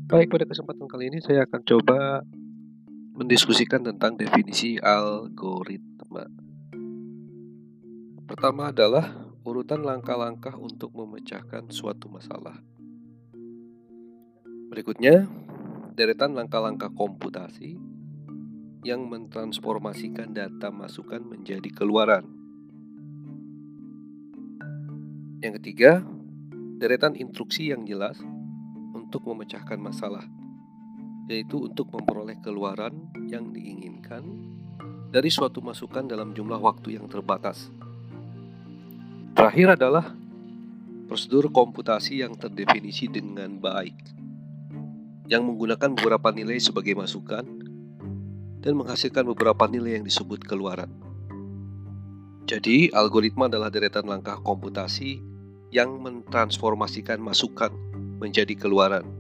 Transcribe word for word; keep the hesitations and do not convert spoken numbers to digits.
Baik, pada kesempatan kali ini saya akan coba mendiskusikan tentang definisi algoritma. Pertama adalah urutan langkah-langkah untuk memecahkan suatu masalah. Berikutnya, deretan langkah-langkah komputasi yang mentransformasikan data masukan menjadi keluaran. Yang ketiga, deretan instruksi yang jelas untuk memecahkan masalah, yaitu untuk memperoleh keluaran yang diinginkan dari suatu masukan dalam jumlah waktu yang terbatas. Terakhir adalah prosedur komputasi yang terdefinisi dengan baik, yang menggunakan beberapa nilai sebagai masukan dan menghasilkan beberapa nilai yang disebut keluaran. Jadi, algoritma adalah deretan langkah komputasi yang mentransformasikan masukan menjadi keluaran.